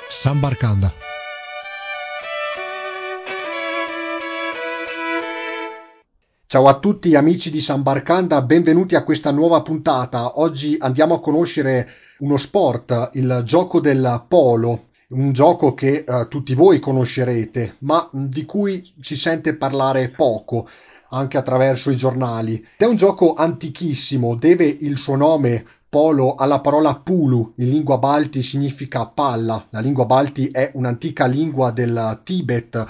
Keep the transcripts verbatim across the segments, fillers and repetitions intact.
Sambarcanda. Ciao a tutti amici di Sambarcanda, benvenuti a questa nuova puntata. Oggi andiamo a conoscere uno sport, il gioco del polo, un gioco che eh, tutti voi conoscerete, ma di cui si sente parlare poco, anche attraverso i giornali. Ed è un gioco antichissimo, deve il suo nome polo alla parola pulu, in lingua balti significa palla. La lingua balti è un'antica lingua del Tibet,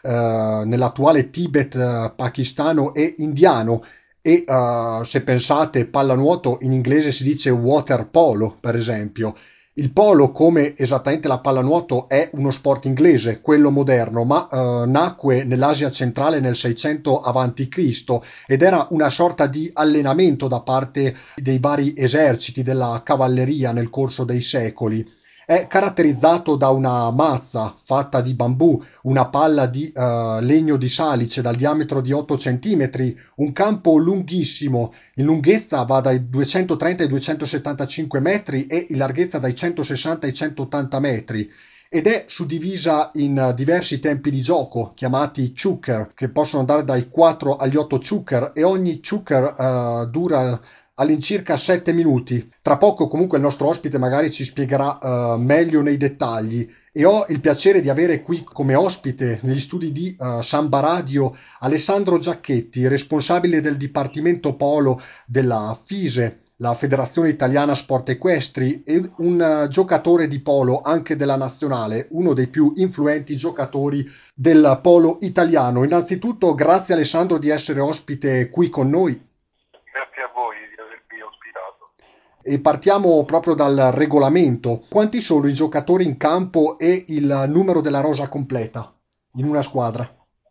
eh, nell'attuale Tibet eh, pakistano e indiano. E eh, se pensate pallanuoto in inglese si dice water polo, per esempio. Il polo, come esattamente la pallanuoto, è uno sport inglese, quello moderno, ma eh, nacque nell'Asia centrale nel seicento avanti Cristo ed era una sorta di allenamento da parte dei vari eserciti della cavalleria nel corso dei secoli. È caratterizzato da una mazza fatta di bambù, una palla di eh, legno di salice dal diametro di otto centimetri, un campo lunghissimo, in lunghezza va dai duecentotrenta ai duecentosettantacinque metri e in larghezza dai centosessanta ai centottanta metri. Ed è suddivisa in eh, diversi tempi di gioco, chiamati chukker, che possono andare dai quattro agli otto chukker, e ogni chukker eh, dura all'incirca sette minuti. Tra poco comunque il nostro ospite magari ci spiegherà eh, meglio nei dettagli. E ho il piacere di avere qui come ospite negli studi di uh, Samba Radio Alessandro Giacchetti, responsabile del Dipartimento Polo della FISE, la Federazione Italiana Sport Equestri, e un uh, giocatore di polo anche della nazionale, uno dei più influenti giocatori del polo italiano. Innanzitutto grazie Alessandro di essere ospite qui con noi. Grazie a voi di avermi ospitato. E partiamo proprio dal regolamento. Quanti sono i giocatori in campo e il numero della rosa completa in una squadra?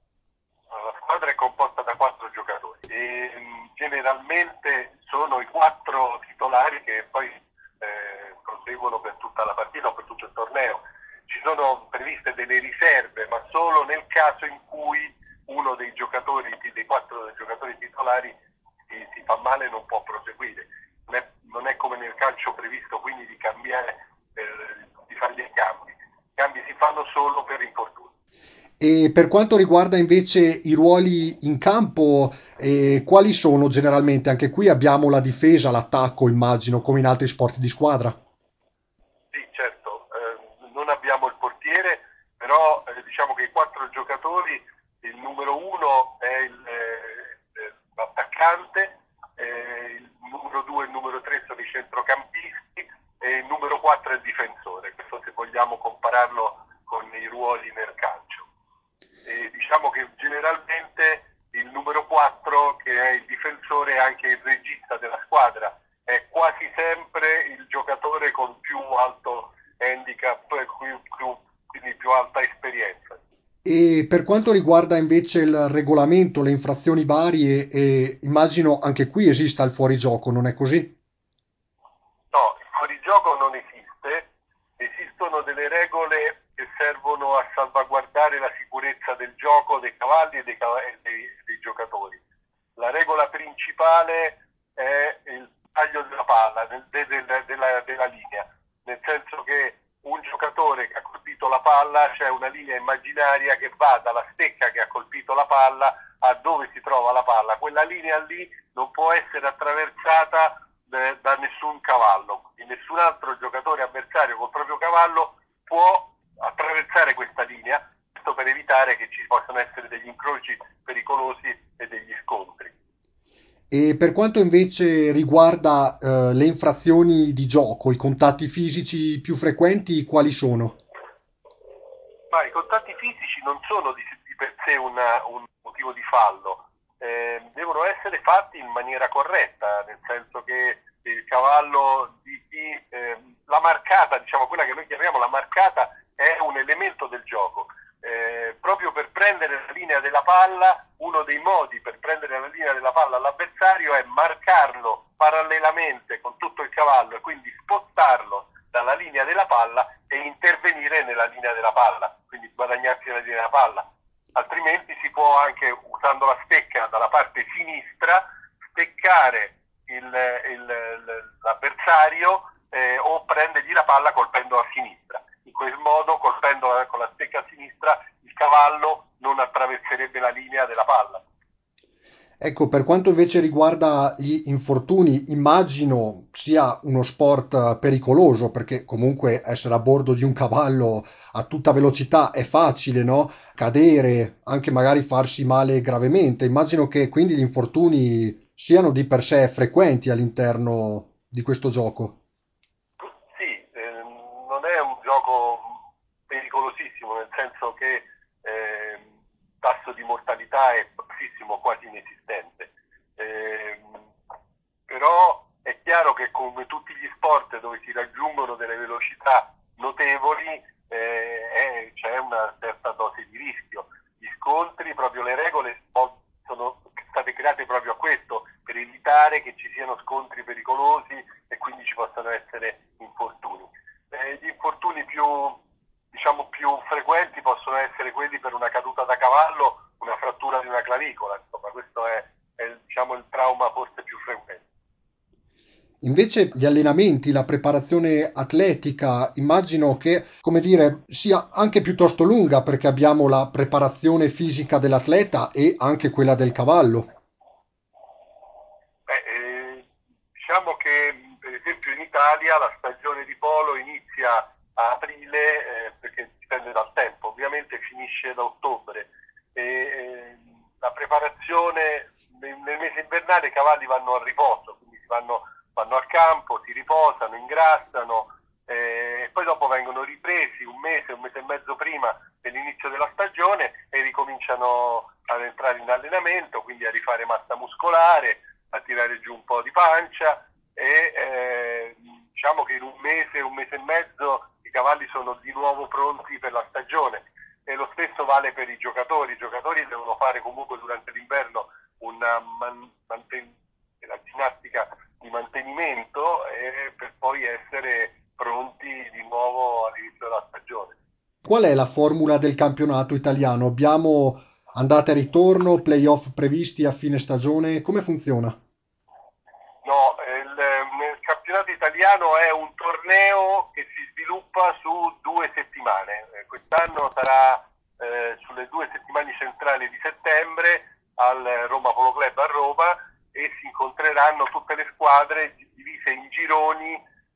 La squadra è composta da quattro giocatori e mh, generalmente sono i quattro titolari che poi eh, proseguono per tutta la partita o per tutto il torneo. Ci sono previste delle riserve, ma solo nel caso in cui uno dei giocatori, dei quattro giocatori titolari si, si fa male e non può proseguire. Non è, non è come nel calcio previsto quindi di cambiare, eh, di fare dei cambi. I cambi si fanno solo per infortuni. E per quanto riguarda invece i ruoli in campo, eh, quali sono generalmente? Anche qui abbiamo la difesa, l'attacco, immagino, come in altri sport di squadra. Sì, certo, eh, non abbiamo il portiere, però eh, diciamo che i quattro giocatori, il numero uno è il, eh, l'attaccante, eh, il numero due e il numero tre sono i centrocampisti e il numero quattro è il difensore, questo se vogliamo compararlo con i ruoli nel calcio. E diciamo che generalmente il numero quattro, che è il difensore, è anche il regista della squadra, è quasi sempre il giocatore con più alto handicap, più, più, quindi più alta esperienza. E per quanto riguarda invece il regolamento, le infrazioni varie, eh, immagino anche qui esista il fuorigioco, non è così? No, il fuorigioco non esiste, esistono delle regole che servono a salvaguardare la sicurezza del gioco dei cavalli e dei, cav- e dei, dei giocatori. La regola principale è il taglio della palla, del- de- del- della, della linea, nel senso che un giocatore che ha colpito la palla, c'è una linea immaginaria che va dalla stecca che ha colpito la palla a dove si trova la palla. Quella linea lì non può essere attraversata eh, da nessun cavallo, quindi nessun altro giocatore avversario col proprio cavallo può attraversare questa linea, questo per evitare che ci possano essere degli incroci pericolosi e degli scontri. E per quanto invece riguarda eh, le infrazioni di gioco, i contatti fisici più frequenti, quali sono? Ma i contatti fisici non sono di, di per sé una, un motivo di fallo, eh, devono essere fatti in maniera corretta, nel senso che il cavallo di chi, eh, la marcata, diciamo quella che noi chiamiamo la marcata, è un elemento del gioco. Eh, proprio per prendere la linea della palla, uno dei modi per prendere la linea della palla all'avversario è marcarlo parallelamente con tutto il cavallo e quindi spostarlo dalla linea della palla e intervenire nella linea della palla, quindi guadagnarsi la linea della palla. Altrimenti si può anche, usando la stecca dalla parte sinistra, steccare il, il, l'avversario eh, o prendergli la palla colpendo a sinistra. In quel modo tirando con la stecca a sinistra il cavallo non attraverserebbe la linea della palla. Ecco, per quanto invece riguarda gli infortuni, immagino sia uno sport eh, pericoloso, perché comunque essere a bordo di un cavallo a tutta velocità è facile, no? Cadere, anche magari farsi male gravemente. Immagino che quindi gli infortuni siano di per sé frequenti all'interno di questo gioco. Sì, ehm, non è un gioco pericolosissimo, nel senso che ehm, il tasso di mortalità è bassissimo, quasi inesistente. Ehm, Però è chiaro che come tutti gli sport dove si raggiungono delle velocità notevoli, eh, è- c'è una certa dose di rischio. Gli scontri, proprio le regole po- sono state create proprio a questo, per evitare che ci siano scontri pericolosi e quindi ci possano essere infortuni. Eh, gli infortuni più, diciamo, più frequenti possono essere quelli per una caduta da cavallo, una frattura di una clavicola, insomma, questo è, è il, diciamo, il trauma forse più frequente. Invece gli allenamenti, la preparazione atletica, immagino che, come dire, sia anche piuttosto lunga perché abbiamo la preparazione fisica dell'atleta e anche quella del cavallo. Beh, eh, diciamo che mh, per esempio in Italia la stagione di polo inizia a aprile, eh, perché dipende dal tempo, ovviamente finisce da ottobre. E, eh, la preparazione nel, nel mese invernale i cavalli vanno a riposo, quindi si vanno, vanno al campo, si riposano, ingrassano, eh, e poi dopo vengono ripresi un mese, un mese e mezzo prima dell'inizio della stagione e ricominciano ad entrare in allenamento, quindi a rifare massa muscolare, a tirare giù un po' di pancia e eh, diciamo che in un mese, un mese e mezzo i cavalli sono di nuovo pronti per la stagione e lo stesso vale per i giocatori. I giocatori devono fare comunque durante l'inverno una man- manten- la ginnastica di mantenimento e per poi essere pronti di nuovo all'inizio della stagione. Qual è la formula del campionato italiano? Abbiamo andata e ritorno, playoff previsti a fine stagione? Come funziona? No, il, nel campionato italiano è un torneo che si sviluppa su due settimane. Eh, Quest'anno sarà eh, sulle due settimane centrali di settembre al Roma Polo Club a Roma e si incontreranno tutte le squadre divise in gironi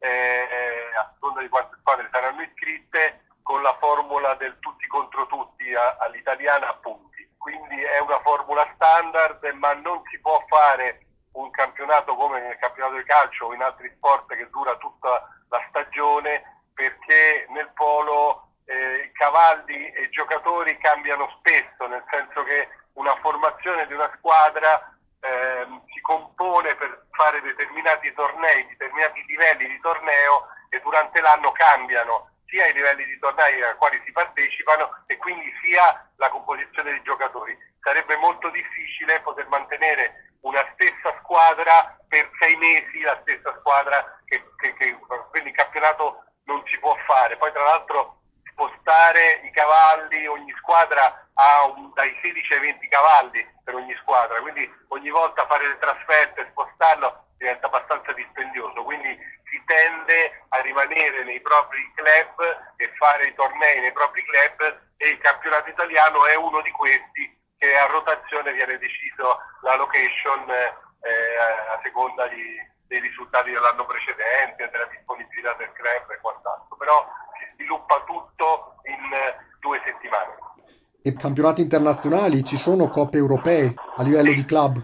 eh, a seconda di quante squadre saranno iscritte con la formula del tutti contro tutti a- all'italiana a punti. Quindi è una formula standard, ma non si può fare un campionato come nel campionato di calcio o in altri sport che dura tutta la stagione, perché nel polo eh, cavalli e giocatori cambiano spesso, nel senso che una formazione di una squadra ehm, si compone per fare determinati tornei, determinati livelli di torneo e durante l'anno cambiano sia i livelli di tornei ai quali si partecipano e quindi sia la composizione dei giocatori. Sarebbe molto difficile poter mantenere una stessa squadra per sei mesi, la stessa squadra che, che, che quindi il campionato non si può fare. Poi tra l'altro spostare i cavalli, ogni squadra ha un, dai sedici ai venti cavalli per ogni squadra, quindi ogni volta fare le trasferte e spostarlo diventa abbastanza dispendioso, quindi si tende a rimanere nei propri club e fare i tornei nei propri club e il campionato italiano è uno di questi che a rotazione viene deciso la location eh, a seconda di, dei risultati dell'anno precedente, della disponibilità del club e quant'altro, però si sviluppa tutto in eh, due settimane. E campionati internazionali, ci sono coppe europee a livello Sì, di club?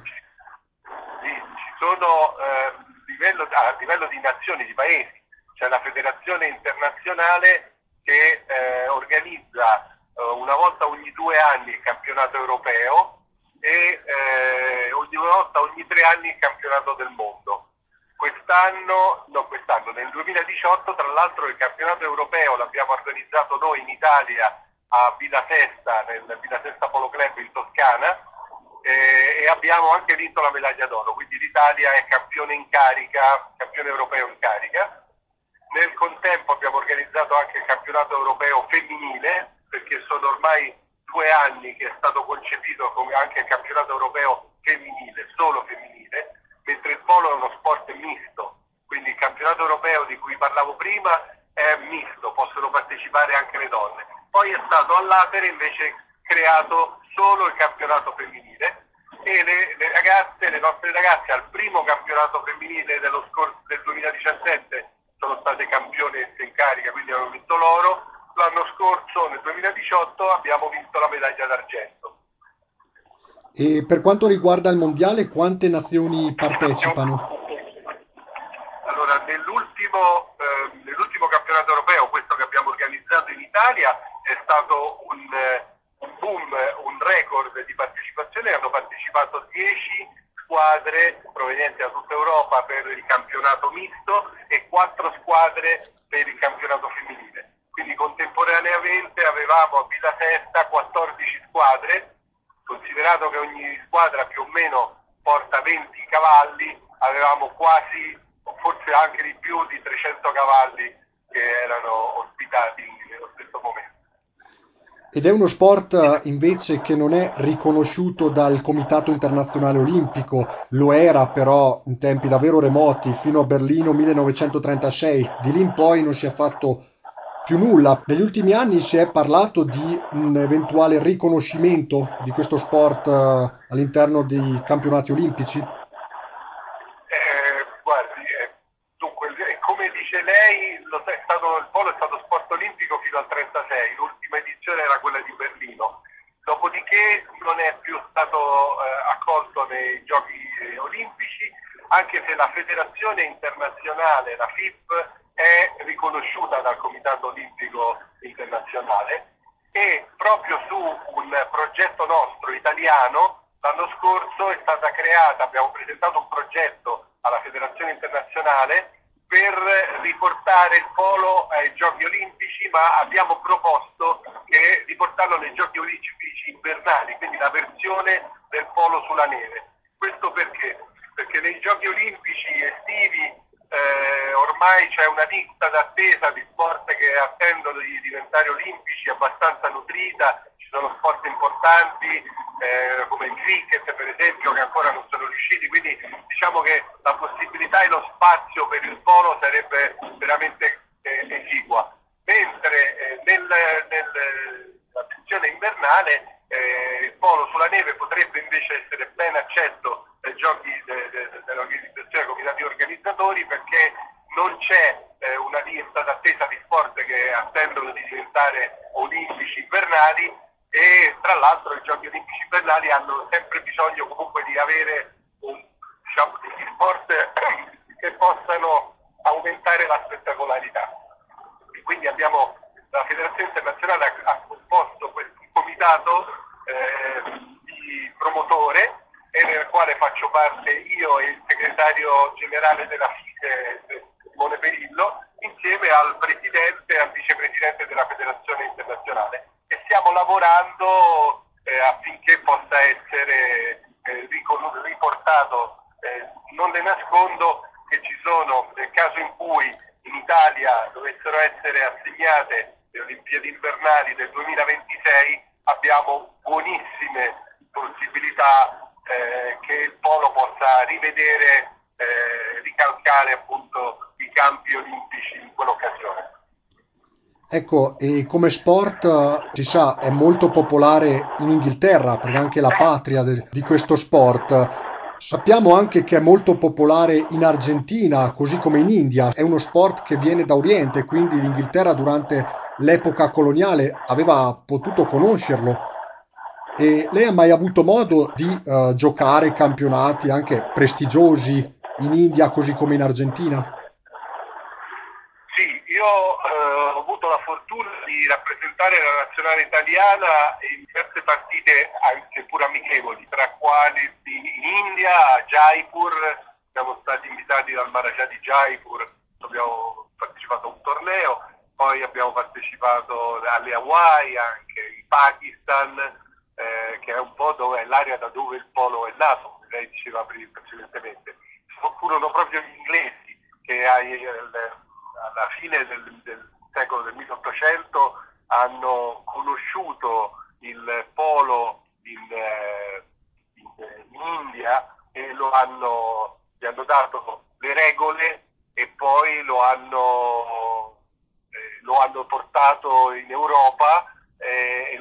sì, ci sono eh, livello, a livello di nazioni, di paesi, c'è la federazione internazionale che eh, organizza eh, una volta ogni due anni il campionato europeo e eh, ogni volta ogni tre anni il campionato del mondo. Quest'anno, no, quest'anno, nel duemiladiciotto, tra l'altro, il campionato europeo l'abbiamo organizzato noi in Italia a Villa Sesta, nel Villa Sesta Polo Club in Toscana, eh, e abbiamo anche vinto la medaglia d'oro, quindi l'Italia è campione in carica, campione europeo in carica. Nel contempo abbiamo organizzato anche il campionato europeo femminile, perché sono ormai due anni che è stato concepito come anche il campionato europeo femminile, solo femminile, mentre il polo è uno sport misto, quindi il campionato europeo di cui parlavo prima è misto, possono partecipare anche le donne. Poi è stato all'Atere invece creato solo il campionato femminile e le, le ragazze, le nostre ragazze al primo campionato femminile dello scorso, del duemiladiciassette sono state campionesse in carica, quindi hanno vinto l'oro. L'anno scorso, nel duemiladiciotto, abbiamo vinto la medaglia d'argento. E per quanto riguarda il mondiale, quante nazioni partecipano? Allora, nell'ultimo, eh, nell'ultimo campionato europeo, questo che abbiamo organizzato in Italia, è stato un, eh, un boom, un record di partecipazione. Hanno partecipato dieci squadre provenienti da tutta Europa per il campionato misto e quattro squadre per il campionato femminile. Quindi contemporaneamente avevamo a Villa Sesta quattordici squadre, considerato che ogni squadra più o meno porta venti cavalli, avevamo quasi, o forse anche di più, di trecento cavalli che erano ospitati nello stesso momento. Ed è uno sport eh, invece che non è riconosciuto dal Comitato Internazionale Olimpico, lo era però in tempi davvero remoti, fino a Berlino millenovecentotrentasei. Di lì in poi non si è fatto più nulla. Negli ultimi anni si è parlato di un eventuale riconoscimento di questo sport eh, all'interno dei campionati olimpici. Eh, guardi, eh, dunque, eh, come dice lei, lo, è stato, il polo è stato sport olimpico fino al trentasei, l'ultima edizione era quella di Berlino, dopodiché non è più stato eh, accolto nei giochi eh, olimpici, anche se la federazione internazionale, la F I P, è riconosciuta dal Comitato Olimpico Internazionale e proprio su un progetto nostro italiano l'anno scorso è stata creata, abbiamo presentato un progetto alla Federazione Internazionale per riportare il polo ai Giochi Olimpici, ma abbiamo proposto che, di portarlo nei Giochi Olimpici invernali, quindi la versione del polo sulla neve. Questo perché? Perché nei Giochi Olimpici estivi eh, ormai c'è una lista d'attesa di sport che attendono di diventare olimpici abbastanza nutrita, ci sono sport importanti eh, come il cricket per esempio che ancora non sono riusciti, quindi diciamo che la possibilità e lo spazio per il polo sarebbe veramente eh, esigua, mentre eh, nel, nel, nella sezione invernale eh, il polo sulla neve potrebbe invece essere ben accetto dai giochi de, de, de, dell'organizzazione, comitati organizzatori, perché non c'è eh, una lista d'attesa di sport che attendono di diventare olimpici invernali e tra l'altro i giochi olimpici invernali hanno sempre bisogno comunque di avere un, diciamo, degli sport che possano aumentare la spettacolarità. E quindi abbiamo la Federazione Internazionale ha, ha composto questo comitato eh, di promotore e nel quale faccio parte io e il segretario generale della F I E, Simone Perillo, insieme al presidente e al vicepresidente della Federazione Internazionale e stiamo lavorando eh, affinché possa essere eh, riportato. Eh, non le nascondo che ci sono, nel caso in cui in Italia dovessero essere assegnate le Olimpiadi invernali del duemilaventisei, abbiamo buonissime possibilità eh, che il polo possa rivedere, eh, ricalcare appunto i campi olimpici in quell'occasione. Ecco, e come sport, eh, si sa, è molto popolare in Inghilterra, perché è anche la patria del- di questo sport. Sappiamo anche che è molto popolare in Argentina, così come in India. È uno sport che viene da Oriente, quindi l'Inghilterra durante l'epoca coloniale aveva potuto conoscerlo. E lei ha mai avuto modo di eh, giocare campionati anche prestigiosi in India, così come in Argentina? Sì, io eh, ho avuto la fortuna di rappresentare la nazionale italiana in diverse partite, seppur amichevoli, tra quali in India, a Jaipur, siamo stati invitati dal Maharaja di Jaipur, abbiamo partecipato a un torneo, poi abbiamo partecipato alle Hawaii, anche in Pakistan, eh, che è un po' dove è l'area da dove il polo è nato, come lei diceva precedentemente. Furono proprio gli inglesi che ai, alla fine del, del secolo del milleottocento hanno conosciuto il polo in, eh, in, in India e lo hanno, gli hanno dato le regole e poi lo hanno, eh, lo hanno portato in Europa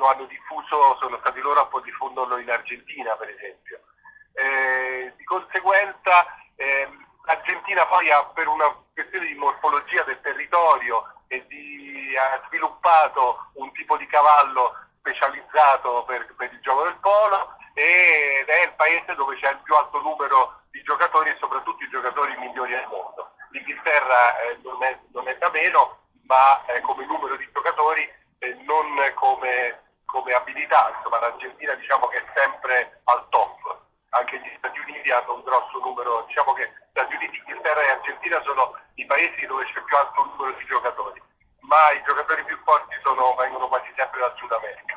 lo hanno diffuso, sono stati loro a poi diffonderlo in Argentina, per esempio. Eh, di conseguenza eh, l'Argentina poi ha, per una questione di morfologia del territorio e di, ha sviluppato un tipo di cavallo specializzato per, per il gioco del polo, ed è il paese dove c'è il più alto numero di giocatori e soprattutto i giocatori migliori al mondo. L'Inghilterra eh, non, è, non è da meno, ma eh, come numero di giocatori, eh, non come, come abilità. Insomma, l'Argentina diciamo che è sempre al top. Anche gli Stati Uniti hanno un grosso numero, diciamo che Stati Uniti, Inghilterra e Argentina sono i paesi dove c'è più alto numero di giocatori, ma i giocatori più forti sono, vengono quasi sempre dal Sud America.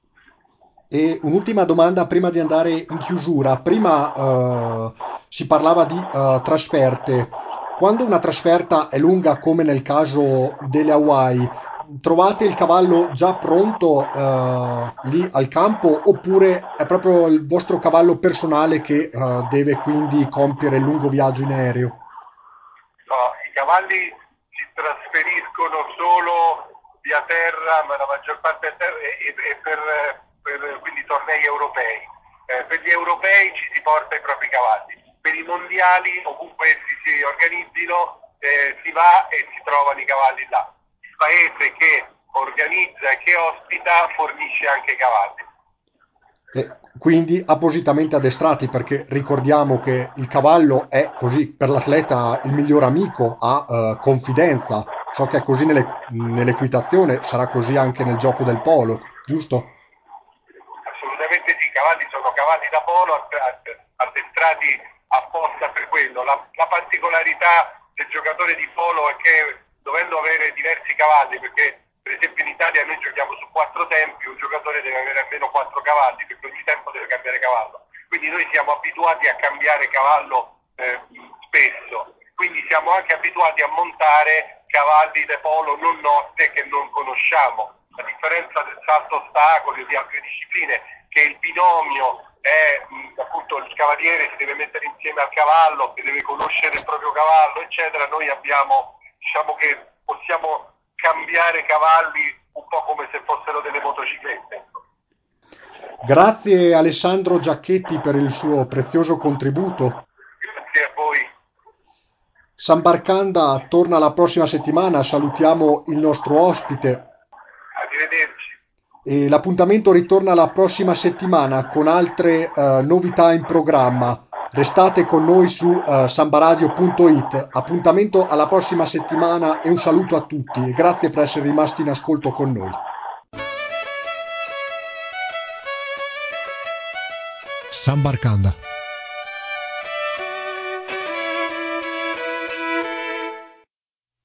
E un'ultima domanda prima di andare in chiusura. Prima eh, si parlava di eh, trasferte. Quando una trasferta è lunga, come nel caso delle Hawaii, trovate il cavallo già pronto eh, lì al campo oppure è proprio il vostro cavallo personale che eh, deve quindi compiere il lungo viaggio in aereo? No, i cavalli si trasferiscono solo via terra, ma la maggior parte è terra, e, e per, per quindi tornei europei. Eh, per gli europei ci si porta i propri cavalli. Per i mondiali, ovunque essi si organizzino, eh, si va e si trovano i cavalli là. Il paese che organizza e che ospita fornisce anche i cavalli. E quindi appositamente addestrati, perché ricordiamo che il cavallo è così per l'atleta il miglior amico, ha eh, confidenza. So che è così nelle- nell'equitazione, sarà così anche nel gioco del polo, giusto? Assolutamente sì, i cavalli sono cavalli da polo att- addestrati apposta per quello. La, la particolarità del giocatore di polo è che dovendo avere diversi cavalli, perché per esempio in Italia noi giochiamo su quattro tempi, un giocatore deve avere almeno quattro cavalli, perché ogni tempo deve cambiare cavallo. Quindi noi siamo abituati a cambiare cavallo eh, spesso, quindi siamo anche abituati a montare cavalli da polo non notte che non conosciamo. La differenza del salto ostacoli o di altre discipline, che il binomio è mh, appunto il cavaliere si deve mettere insieme al cavallo, che deve conoscere il proprio cavallo, eccetera. Noi abbiamo, diciamo che possiamo cambiare cavalli un po' come se fossero delle motociclette. Grazie Alessandro Giacchetti per il suo prezioso contributo. Grazie a voi, San Barcanda torna la prossima settimana, salutiamo il nostro ospite. arrivederci. E l'appuntamento ritorna la prossima settimana con altre eh, novità in programma. Restate con noi su eh, sambaradio punto it. Appuntamento alla prossima settimana e un saluto a tutti e grazie per essere rimasti in ascolto con noi. Sambarcanda.